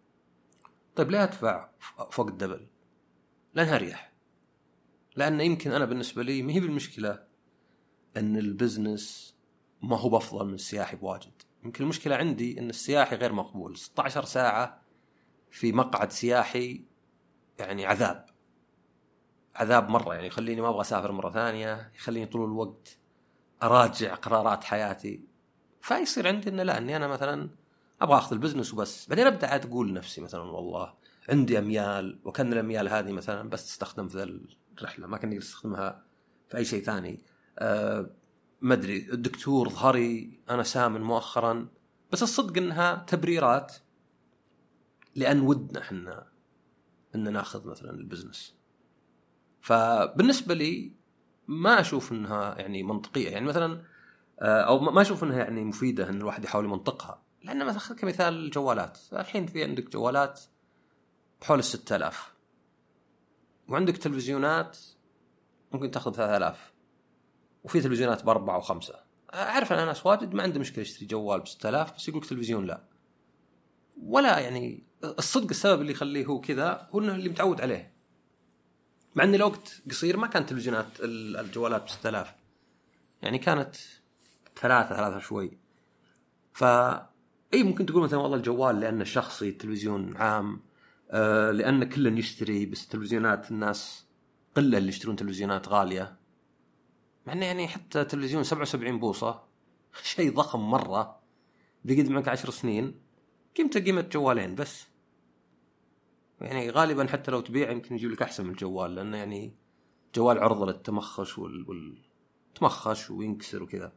طيب ليه أدفع فوق الدبل؟ لأنها ريح. لأن يمكن أنا بالنسبة لي ما هي بالمشكلة أن البزنس ما هو بأفضل من السياحي بواجد. يمكن المشكلة عندي أن السياحي غير مقبول. ستة عشر ساعة في مقعد سياحي يعني عذاب عذاب مرة. يعني يخليني ما أبغى أسافر مرة ثانية، يخليني طول الوقت أراجع قرارات حياتي. فيصير عندي إن لا، أني أنا مثلا أبغى أخذ البزنس وبس. بعدين أبدأ عاد أقول لنفسي مثلا والله عندي أميال، وكان الأميال هذه مثلا بس تستخدم في ذا الرحلة، ما كان يستخدمها في أي شيء ثاني. أه ما أدري، الدكتور ظهري أنا سامن مؤخرا، بس الصدق إنها تبريرات لأن ودنا حنا إن ناخذ مثلا البزنس. فبالنسبة لي ما أشوف إنها يعني منطقية. يعني مثلا أو ما أشوف إنها يعني مفيدة إن الواحد يحاول يمنطقها. لأن مثلا كمثال الجوالات، الحين في عندك جوالات بحول الستة آلاف، وعندك تلفزيونات ممكن تأخذ ثلاثة آلاف، وفي تلفزيونات بأربعة وخمسة. أعرف أنا ناس واجد ما عنده مشكلة يشتري جوال بستة آلاف، بس يقولك تلفزيون لا. ولا يعني الصدق السبب اللي يخليه هو كذا هو إنه اللي متعود عليه. مع أن الوقت قصير ما كانت تلفزيونات الجوالات بستة آلاف، يعني كانت ثلاثة ثلاثة شوي. فأي ممكن تقول مثلا والله الجوال لأنه شخصي، التلفزيون عام، آه لأن كل يشتري، بس تلفزيونات الناس قلة اللي يشترون تلفزيونات غالية. مع أنه يعني حتى تلفزيون سبعة وسبعين بوصة شيء ضخم مرة، بيقعد معك عشر سنين، قيمته قيمة جوالين بس. يعني غالبا حتى لو تبيع يمكن يجيب لك أحسن من الجوال، لأنه يعني جوال عرضة للتمخش والتمخش وينكسر وكذا.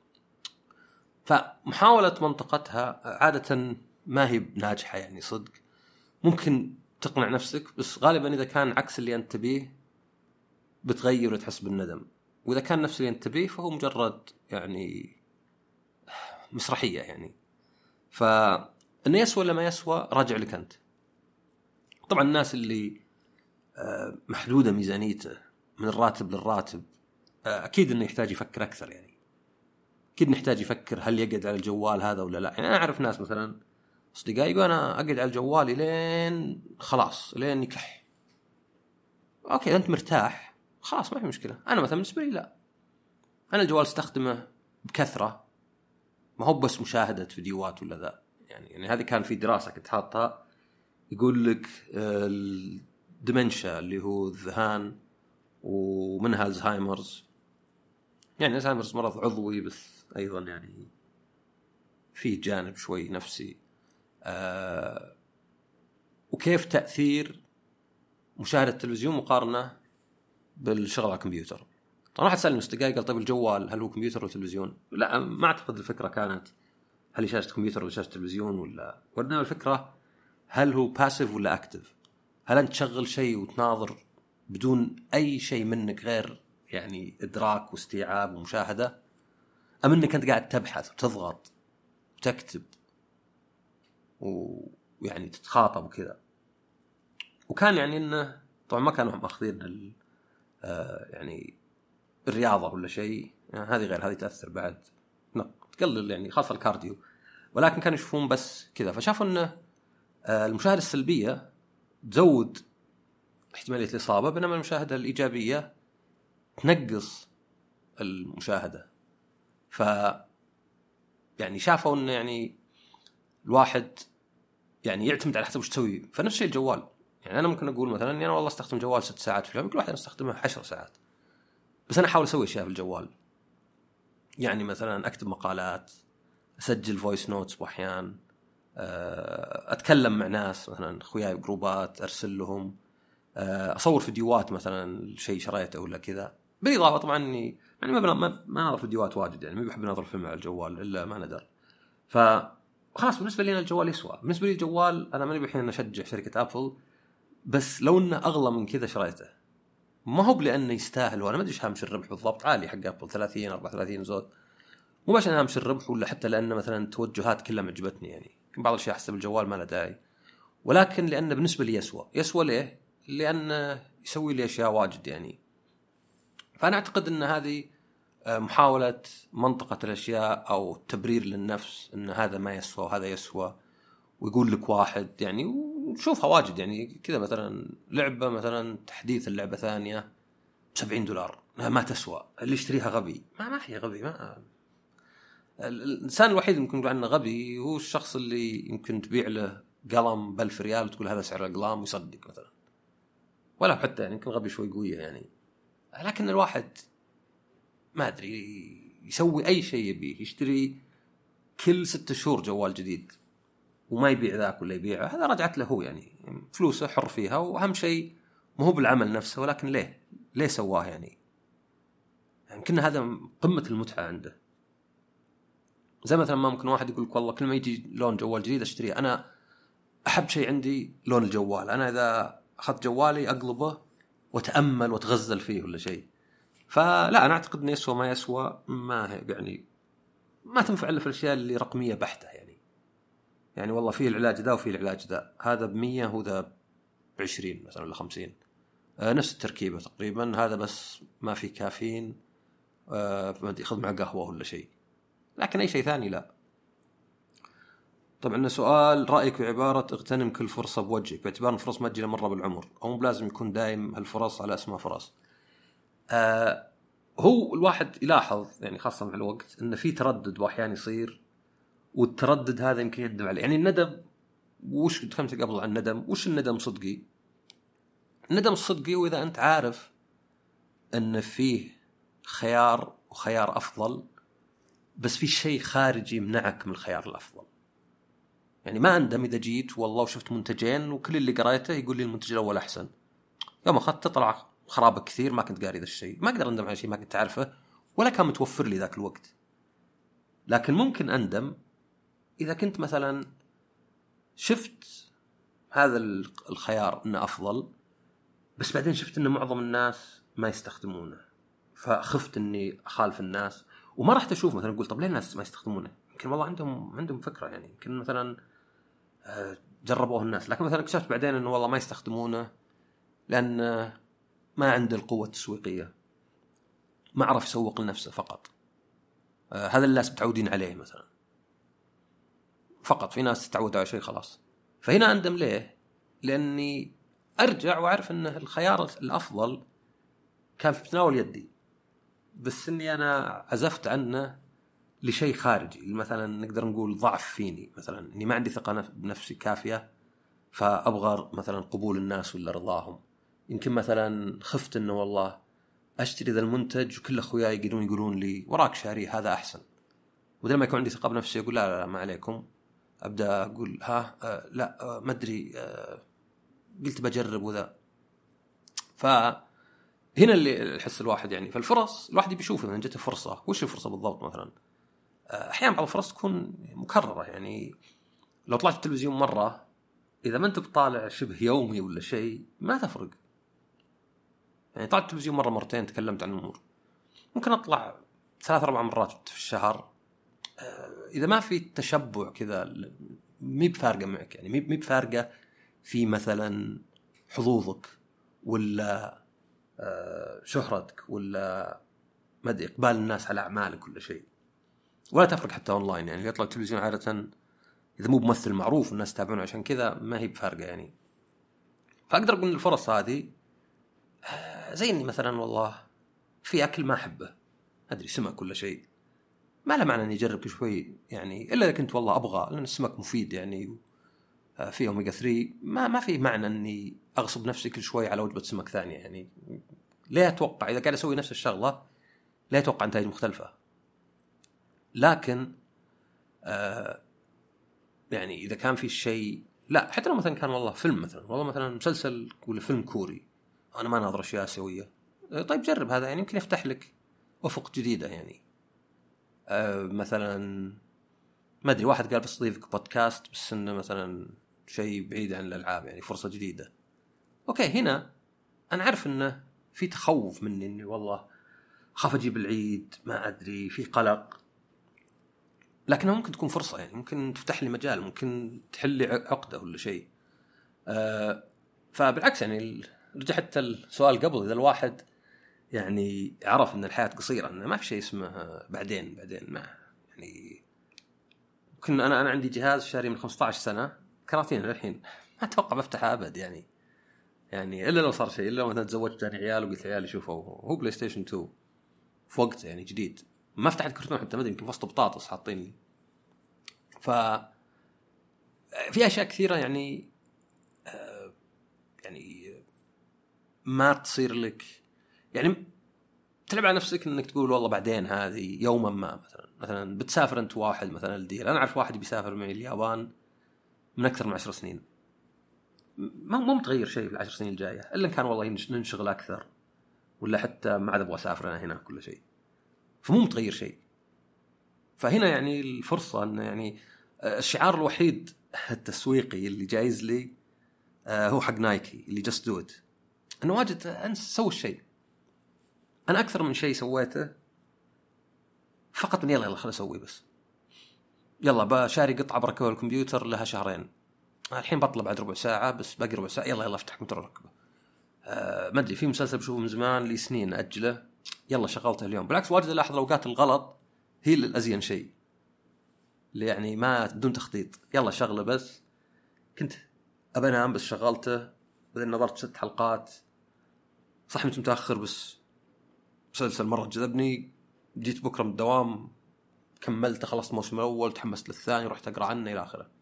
فمحاولة منطقتها عادة ما هي ناجحة. يعني صدق ممكن تقنع نفسك، بس غالبا إذا كان عكس اللي أنت تبيه بتغير وتحس بالندم، وإذا كان نفس اللي أنت تبيه فهو مجرد يعني مسرحية. يعني فإنه يسوى ولا ما يسوى راجع لك أنت. طبعا الناس اللي محدودة ميزانيته من الراتب للراتب أكيد أنه يحتاج يفكر أكثر. يعني أكيد نحتاج يفكر هل يقعد على الجوال هذا ولا لا. يعني أنا أعرف ناس مثلا أصدقائي يقول أنا أقعد على الجوال لين خلاص لين يكح. أوكي أنت مرتاح خلاص ما في مشكلة. أنا مثلا بالنسبة لي لا، أنا الجوال استخدمه بكثرة، ما هو بس مشاهدة فيديوهات ولا ذا. يعني يعني هذه كان في دراسة كنت حاطها يقول لك الدمنشا اللي هو الذهان ومنها الزهايمرز. يعني الزهايمرز مرض عضوي بس أيضا يعني فيه جانب شوي نفسي. آه وكيف تأثير مشاهدة التلفزيون مقارنة بالشغل على الكمبيوتر. طبعا واحد سألني مستقاي قال طيب الجوال هل هو كمبيوتر ولا تلفزيون؟ لا ما أعتقد الفكرة كانت هل شاشة كمبيوتر ولا شاشة تلفزيون، ولا وإنما الفكرة هل هو باسيف ولا أكتف. هل أنت تشغل شيء وتناظر بدون أي شيء منك غير يعني إدراك واستيعاب ومشاهدة، أم أنك أنت قاعد تبحث وتضغط وتكتب ويعني تتخاطب وكذا. وكان يعني إنه طبعا ما كانوا ماخذين ال آه يعني الرياضة ولا شيء، يعني هذه غير هذه تأثر بعد تقلل يعني خاصة الكارديو، ولكن كانوا يشوفون بس كذا. فشافوا إنه آه المشاهدة السلبية تزود احتمالية الإصابة، بينما المشاهدة الإيجابية تنقص المشاهدة. ف يعني شافوا إنه يعني الواحد يعني يعتمد على حسب وش تسوي. فنفس الشيء الجوال، يعني أنا ممكن أقول مثلا يعني أنا والله استخدم جوال ست ساعات في اليوم، كل واحد استخدمه عشر ساعات، بس أنا أحاول أسوي أشياء في الجوال. يعني مثلا أكتب مقالات، أسجل فويس نوتس بأحيان، أتكلم مع ناس مثلا أخوياي بجروبات أرسل لهم، أصور فيديوهات مثلا شيء شريته ولا كذا. بالإضافة طبعا إني يعني ما ما ما نظر فيديوهات واجد، يعني ما بحب نظر فيلم على الجوال إلا ما ندر. فخلاص بالنسبة لي الجوال يسوى. بالنسبة لي الجوال أنا ماني بحين أشجع شركة أبل، بس لو إنه أغلى من كذا شريته، ما هو لأنه يستاهل. وأنا ما أدري هامش الربح بالضبط عالي حق أبل ثلاثين أربعة وثلاثين زود، مو بس أنا هامش الربح ولا حتى لأن مثلا توجهات كلها معجبتني. يعني بعض الأشياء حسب الجوال ما له داعي، ولكن لأنه بالنسبة لي يسوى. يسوى ليه؟ لأنه يسوي لي أشياء واجد يعني. فأنا أعتقد أن هذه محاولة منطقة الأشياء أو تبرير للنفس أن هذا ما يسوى وهذا يسوى، ويقول لك واحد يعني وشوفها واجد يعني كذا. مثلا لعبة مثلا تحديث اللعبة ثانية بسبعين دولار ما تسوى، اللي يشتريها غبي. ما ما في غبي. ما الإنسان الوحيد يمكن يقول عنه غبي هو الشخص اللي يمكن تبيع له قلم بألف ريال وتقول هذا سعر القلم ويصدق مثلا، ولا حتى يعني يمكن غبي شوي قوية يعني. لكن الواحد ما أدري يسوي أي شيء يبيه، يشتري كل ستة شهور جوال جديد وما يبيع ذاك ولا يبيعه، هذا رجعت له هو يعني فلوسه حر فيها. وأهم شيء ما هو بالعمل نفسه، ولكن ليه ليه سواه يعني. يمكن يعني هذا قمة المتعة عنده. زي مثلا ما ممكن واحد يقول لك والله كل ما يجي لون جوال جديد اشتريه. أنا أحب شيء عندي لون الجوال، أنا إذا أخذت جوالي أقلبه وتأمل وتغزل فيه ولا شيء. فلا أنا أعتقد أن يسوى ما يسوى ما يعني ما تنفع إلا في الأشياء اللي رقمية بحتة يعني. يعني والله فيه العلاج ذا وفيه العلاج ذا، هذا بمية وذا بعشرين مثلا ولا خمسين، آه نفس التركيبة تقريبا. هذا بس ما فيه كافيين، آه يأخذ مع قهوة ولا شيء، لكن أي شيء ثاني لا. طبعا سؤال رأيك في عبارة اغتنم كل فرصة بوجهك باعتبار الفرص مأجلة مرة بالعمر، أو بلازم يكون دائم هالفرص على اسمها فرص؟ آه هو الواحد يلاحظ يعني خاصة مع الوقت إن في تردد وأحيان يصير، والتردد هذا يمكن يندم عليه. يعني الندم، وش تكلمت قبل عن الندم، وش الندم صدقي؟ الندم الصدقي وإذا أنت عارف أن فيه خيار وخيار أفضل، بس في شيء خارجي يمنعك من الخيار الأفضل. يعني ما أندم إذا جيت والله وشفت منتجين وكل اللي قرأته يقول لي المنتج الأول أحسن، يوم أخذت طلع خرابة كثير، ما كنت قاري ذا الشيء. ما أقدر أندم على شيء ما كنت أعرفه ولا كان متوفر لي ذاك الوقت. لكن ممكن أندم إذا كنت مثلا شفت هذا الخيار إنه أفضل، بس بعدين شفت إنه معظم الناس ما يستخدمونه، فخفت إني أخالف الناس وما رحت أشوف مثلا. قلت طب ليه الناس ما يستخدمونه؟ يمكن والله عندهم عندهم فكرة يعني، يمكن مثلا جربوه الناس، لكن مثلا اكتشفت بعدين إنه والله ما يستخدمونه لأن ما عنده القوة التسويقية، ما عرف يسوق لنفسه فقط. آه هذا الناس متعودين عليه مثلا فقط. في ناس تتعود على شيء خلاص. فهنا أندم ليه؟ لأني أرجع وأعرف أنه الخيار الأفضل كان في تناول يدي، بس أني أنا عزفت عنه لشيء خارجي. مثلا نقدر نقول ضعف فيني، مثلا أني ما عندي ثقة بنفسي كافية فأبغى مثلا قبول الناس ولا رضاهم. يمكن مثلا خفت أنه والله أشتري ذا المنتج وكل أخوياي يقولون يقولون لي وراك شاري هذا أحسن، ودل ما يكون عندي ثقة بنفسي أقول لا لا, لا ما عليكم، أبدأ أقول ها آه لا آه ما أدري آه قلت بجرب وذا. فهنا اللي الحس الواحد يعني. فالفرص الواحد بيشوف إذا جته فرصة وش الفرصة بالضبط. مثلا آه أحيانا بعض الفرص تكون مكررة. يعني لو طلعت التلفزيون مرة، إذا ما أنت بطالع شبه يومي ولا شيء ما تفرق. يعني طلعت التلفزيون مرة مرتين تكلمت عن أمور، ممكن أطلع ثلاث أربع مرات في الشهر، إذا ما في تشبع كذا مي بفارقة معك. يعني مي بفارقة في مثلا حظوظك ولا شهرتك ولا مدى إقبال الناس على أعمالك ولا شيء، ولا تفرق حتى أونلاين. يعني يطلع التلفزيون عادة إذا مو بممثل معروف الناس تابعونه عشان كذا ما هي بفارقة يعني. فأقدر أقول الفرص هذه زي إني مثلا والله في أكل ما أحبه أدري سمك كل شيء ما له معنى أني أجرب شوي يعني إلا إذا كنت والله أبغى لأن السمك مفيد يعني فيه أوميجا ثلاثة ما ما فيه معنى أني أغصب نفسي كل شوي على وجبة سمك ثانية يعني لا أتوقع إذا قاعد أسوي نفس الشغلة لا أتوقع نتائج مختلفة. لكن آه يعني إذا كان في شيء لا حتى لو مثلا كان والله فيلم مثلا والله مثلا مسلسل ولا فيلم كوري أنا ما ناظر أشياء آسيوية طيب جرب هذا يعني يمكن يفتح لك أفق جديدة يعني آه مثلا ما أدري واحد قال بستضيفك بودكاست بس إنه مثلا شيء بعيد عن الألعاب يعني فرصة جديدة. أوكي هنا أنا عارف إنه في تخوف مني إني والله خاف أجيب العيد ما أدري في قلق لكنها ممكن تكون فرصة يعني ممكن تفتح لي مجال ممكن تحل لي عقدة ولا شيء. آه فبالعكس يعني رجع حتى السؤال قبل إذا الواحد يعني عرف إن الحياة قصيرة إنه ما في شيء اسمه بعدين بعدين ما يعني ممكن أنا أنا عندي جهاز شاري من خمسة عشر سنة كراتين الحين ما أتوقع بفتحه أبد يعني يعني إلا لو صار شيء إلا لو مثلا تزوجت جاني عيال وقلت عيالي شوفوا هو بلاي ستيشن اثنين في وقته يعني جديد ما فتحت كرتون حتى ما أدري يمكن وسط بطاطس حاطين لي. ف في أشياء كثيرة يعني آه يعني ما تصير لك يعني تلعب على نفسك إنك تقول والله بعدين هذه يوما ما مثلا مثلا بتسافر أنت واحد مثلا الدير أنا أعرف واحد بيسافر معي اليابان من أكثر من عشر سنين ما مو متغير شيء في العشر سنين الجاية إلا كان والله ننشغل أكثر ولا حتى ما عاد أبغى أسافر أنا هنا كل شيء فمو متغير شيء. فهنا يعني الفرصة أن يعني الشعار الوحيد التسويقي اللي جايز لي هو حق نايكي اللي just do it أنا واجد أنسى سوي الشيء أنا أكثر من شيء سويته فقط من يلا يلا خل أسوي بس يلا بشاري قطعة بركبها الكمبيوتر لها شهرين الحين بطلع بعد ربع ساعة بس باقي ربع ساعة يلا يلا افتح كمبيوتر ركبه أه ما أدري في مسلسل بشوفه من زمان لي سنين أجله يلا شغلته اليوم. بالعكس واجد ألاحظ الأوقات الغلط هي الأزين شيء اللي يعني ما بدون تخطيط يلا شغله بس كنت أبى أنام بس شغلته بعدين نظرت ست حلقات صح مت متأخر بس مسلسل مرة جذبني جيت بكرة من الدوام كملت خلصت الموسم الأول تحمست للثاني ورحت أقرأ عنه إلى آخره.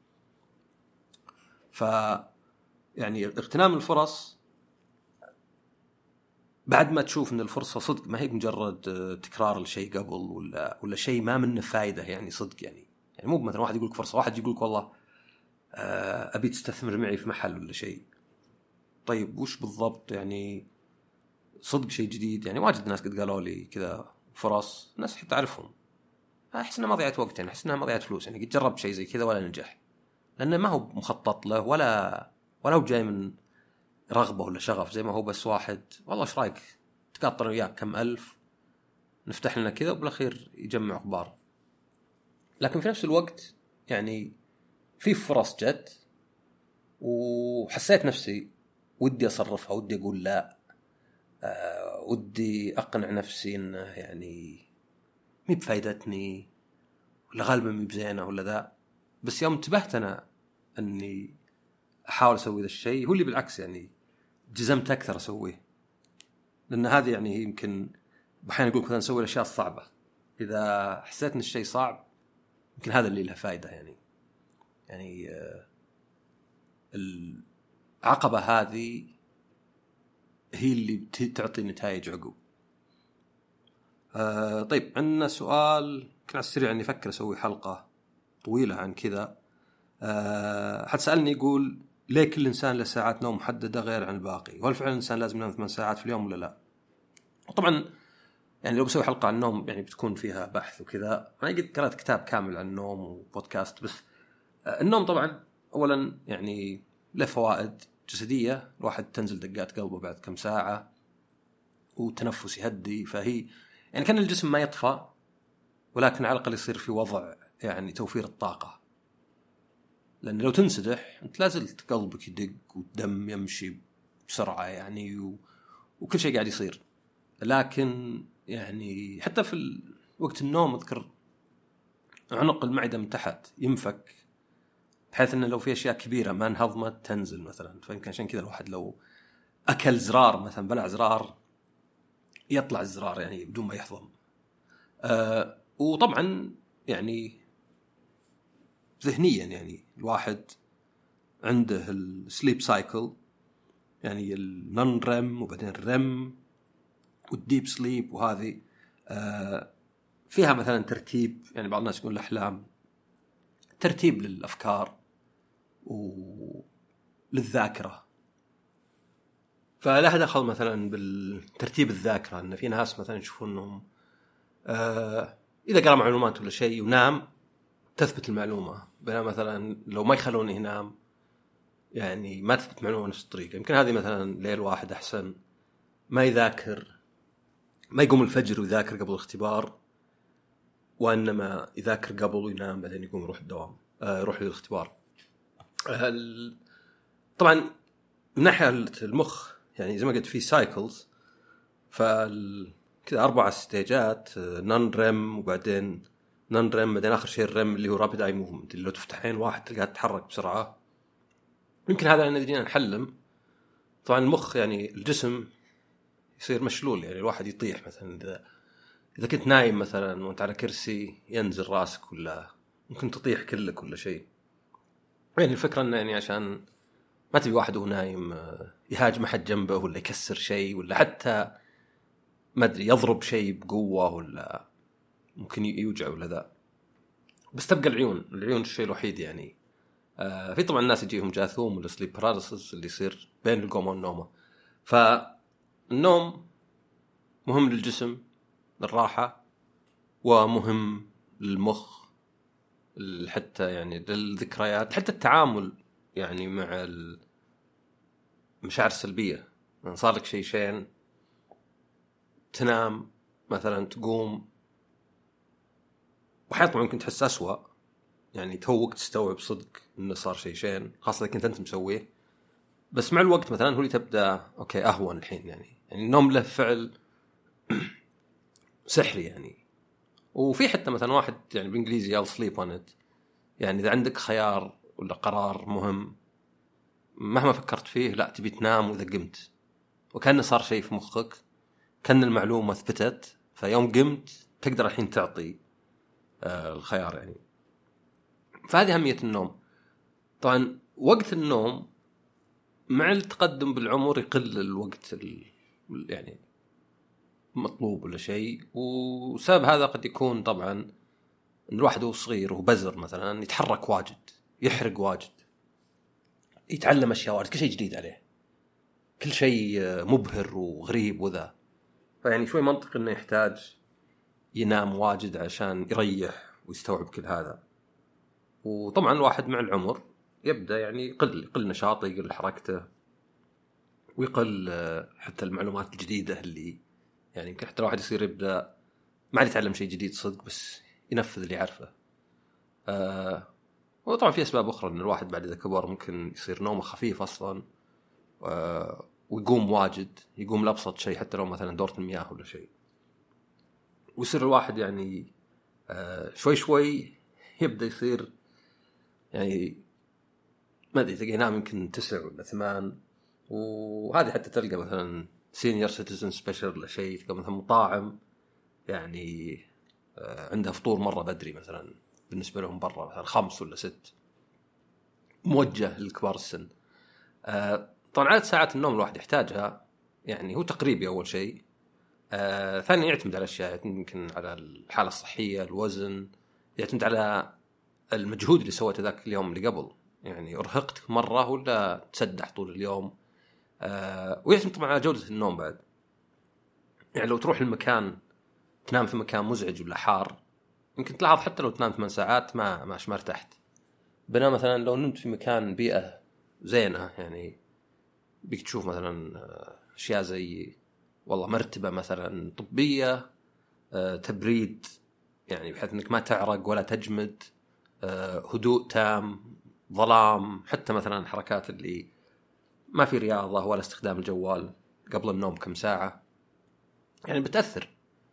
ف يعني اغتنام الفرص بعد ما تشوف ان الفرصه صدق ما هي مجرد تكرار الشيء قبل ولا ولا شيء ما منه فائده يعني صدق يعني يعني مو مثلا واحد يقول لك فرصه واحد يقول لك والله ابي تستثمر معي في محل ولا شيء طيب وش بالضبط يعني صدق شيء جديد يعني واجد ناس قد قالوا لي كذا فرص ناس حتى اعرفهم احس انها مضيعه وقت يعني احس انها مضيعه فلوس يعني قد جربت شيء زي كذا ولا نجح لانه ما هو مخطط له ولا ولا هو جاي من رغبة ولا شغف زي ما هو بس واحد والله ايش رايك تقاطر وياك كم ألف نفتح لنا كذا وبالأخير يجمع أخبار. لكن في نفس الوقت يعني في فرص جت وحسيت نفسي ودي أصرفها ودي أقول لا أه ودي أقنع نفسي إنه يعني مي بفايدتني ولا غالبا مي بزينة ولا ذا بس يوم انتبهت أنا أني أحاول أسوي ذا الشيء هو اللي بالعكس يعني جزمت أكثر أسويه لأن هذه يعني يمكن بحين أقول كذا نسوي الأشياء الصعبة إذا حسيت إن الشيء صعب يمكن هذا اللي له فائدة يعني يعني آه العقبة هذه هي اللي تعطي نتائج عقب. آه طيب عندنا سؤال كنا على السريع أني أفكر أسوي حلقة طويلة عن كذا. آه حد سألني يقول ليه كل إنسان له ساعات نوم محددة غير عن الباقي وهل فعلا الإنسان لازم ينام ثمان ساعات في اليوم ولا لا؟ وطبعا يعني لو بسوي حلقة عن النوم يعني بتكون فيها بحث وكذا أنا قد قرأت كتاب كامل عن النوم وبودكاست بس آه النوم طبعا أولا يعني له فوائد جسدية الواحد تنزل دقات قلبه بعد كم ساعة وتنفس يهدي فهي يعني كان الجسم ما يطفى ولكن على الأقل يصير في وضع يعني توفير الطاقة لأن لو تنسدح أنت لازلت قلبك يدق والدم يمشي بسرعة يعني و... وكل شيء قاعد يصير لكن يعني حتى في وقت النوم أذكر عنق المعدة من تحت ينفك بحيث أنه لو في أشياء كبيرة ما انهضمت تنزل مثلا فيمكن عشان كذا الواحد لو أكل زرار مثلا بلع زرار يطلع الزرار يعني بدون ما يحظم. آه وطبعا يعني ذهنيا يعني الواحد عنده السليب سايكل، يعني النون ريم وبعدين الريم والديب سليب، وهذه آه فيها مثلا ترتيب، يعني بعض الناس يقول الأحلام ترتيب للأفكار وللذاكرة. فلا دخل مثلا بالترتيب الذاكرة، أن في ناس مثلا يشوفون أنهم آه إذا قرأ معلومات ولا شيء ونام تثبت المعلومة، بينما مثلا لو ما يخلونه ينام يعني ما تثبت معلومة نفس الطريقة. يمكن هذه مثلا ليل واحد أحسن ما يذاكر، ما يقوم الفجر ويذاكر قبل الاختبار، وإنما يذاكر قبل وينام بعدين يقوم يروح الدوام آه يروح للاختبار. آه طبعا من ناحية المخ يعني زي ما قلت في سايكلز، فال كذا أربع ستيجات، نون ريم وبعدين نون ريم بعدين آخر شيء الريم اللي هو رابيد اي موفمنت، اللي لو تفتحين واحد تلقاه تتحرك بسرعة. يمكن هذا اللي ندرينا نحلم. طبعا المخ يعني الجسم يصير مشلول، يعني الواحد يطيح مثلا إذا إذا كنت نايم مثلا وأنت على كرسي ينزل راسك ولا ممكن تطيح كلك ولا شيء. يعني الفكرة إنه يعني عشان ما تبي واحد وهو نايم يهاجم أحد جنبه ولا يكسر شيء ولا حتى ما أدري يضرب شيء بقوة ولا ممكن يوجع ولا ذا. بس تبقى العيون العيون الشيء الوحيد يعني. آه في طبعا الناس يجيهم جاثوم ولا سليب باراليسيس اللي يصير بين القوم والنوم. فالنوم مهم للجسم للراحة، ومهم للمخ حتى يعني للذكريات، حتى التعامل يعني مع المشاعر السلبية. يعني صار لك شيء شين تنام مثلا تقوم وحياتك ممكن تحس أسوأ، يعني توك تستوعب صدق إنه صار شيء شين، خاصة إذا كنت أنت مسويه. بس مع الوقت مثلا هو اللي تبدأ أوكي أهون الحين يعني. يعني النوم له فعل سحري يعني. وفي حتى مثلا واحد يعني بالإنجليزي I'll sleep on it، يعني إذا عندك خيار ولا قرار مهم مهما فكرت فيه لا تبي تنام، وإذا قمت وكأنه صار شيء في مخك، كأن المعلومة ثبتت، فيوم قمت تقدر الحين تعطي آه الخيار يعني. فهذه أهمية النوم. طبعا وقت النوم مع التقدم بالعمر يقل الوقت يعني مطلوب ولا شيء، وسبب هذا قد يكون طبعا إن الواحد هو صغير وهو بزر مثلا يتحرك واجد، يحرق واجد، يتعلم أشياء واجد، كل شيء جديد عليه، كل شيء مبهر وغريب وذا. فيعني شوي منطق إنه يحتاج ينام واجد عشان يريح ويستوعب كل هذا. وطبعا الواحد مع العمر يبدأ يعني يقل يقل نشاطه، يقل حركته، ويقل حتى المعلومات الجديدة اللي يعني يمكن حتى الواحد يصير يبدأ ما عاد يتعلم شيء جديد صدق، بس ينفذ اللي يعرفه. آه وطبعا في أسباب أخرى إن الواحد بعد إذا كبر ممكن يصير نومه خفيف أصلا، آه ويقوم واجد، يقوم لأبسط شيء حتى لو مثلا دورة المياه ولا شيء، ويصير الواحد يعني آه شوي شوي يبدأ يصير يعني ما أدري تلاقي ينام يمكن تسع ولا ثمان. وهذه حتى تلقى مثلا سينيور سيتيزن سبيشل ولا شيء، تلقى مثلا مطاعم يعني آه عندها فطور مرة بدري مثلا بالنسبة لهم برا مثلا خمس ولا ست، موجه للكبار السن. آه طبعا عدد ساعات النوم الواحد يحتاجها يعني هو تقريبي أول شيء. آه ثاني يعتمد على أشياء، يمكن على الحالة الصحية، الوزن، يعتمد على المجهود اللي سويته ذاك اليوم اللي قبل، يعني أرهقت مرة ولا تسدح طول اليوم. آه ويعتمد طبعا على جودة النوم بعد. يعني لو تروح المكان تنام في مكان مزعج ولا حار يمكن تلاحظ حتى لو تنام ثمان ساعات ما ماش ما ارتحت. بينما مثلا لو نمت في مكان بيئة زينة يعني بيك تشوف مثلا أشياء زي والله مرتبة مثلا طبية، آه تبريد يعني بحيث انك ما تعرق ولا تجمد، آه هدوء تام، ظلام، حتى مثلا حركات اللي ما في رياضة ولا استخدام الجوال قبل النوم كم ساعة يعني بتأثر.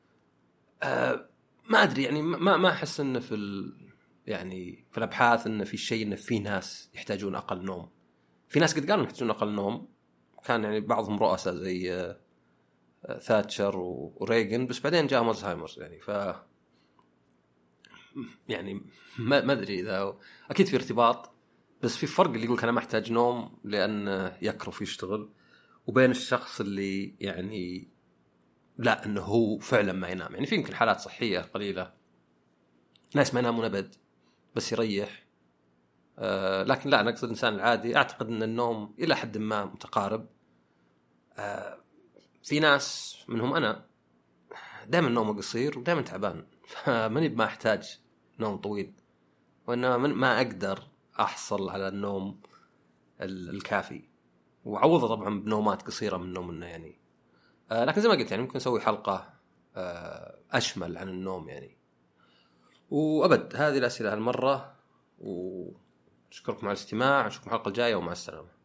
أه ما أدري يعني ما ما أحس إنه في ال يعني في الأبحاث إنه في شيء إنه في ناس يحتاجون أقل نوم. في ناس قد قالوا يحتاجون أقل نوم، كان يعني بعضهم رؤساء زي ثاتشر وريغن، بس بعدين جاء الزهايمر يعني. ف يعني ما ما ادري اذا اكيد في ارتباط، بس في فرق اللي يقول انا محتاج نوم لان يكرف يشتغل، وبين الشخص اللي يعني لا انه هو فعلا ما ينام. يعني في يمكن حالات صحيه قليله ناس ما ينامون ابد بس يريح، آه لكن لا، انا اقصد الانسان العادي اعتقد ان النوم الى حد ما متقارب. آه في ناس منهم انا دائما نومه قصير ودائما تعبان، فماني ما احتاج نوم طويل، وانما من ما اقدر احصل على النوم الكافي، وعوضه طبعا بنومات قصيره من نومنا يعني. آه لكن زي ما قلت يعني ممكن نسوي حلقه آه اشمل عن النوم يعني. وابد هذه الاسئله هالمره، واشكركم على الاستماع، اشوفكم الحلقه الجايه، ومع السلامه.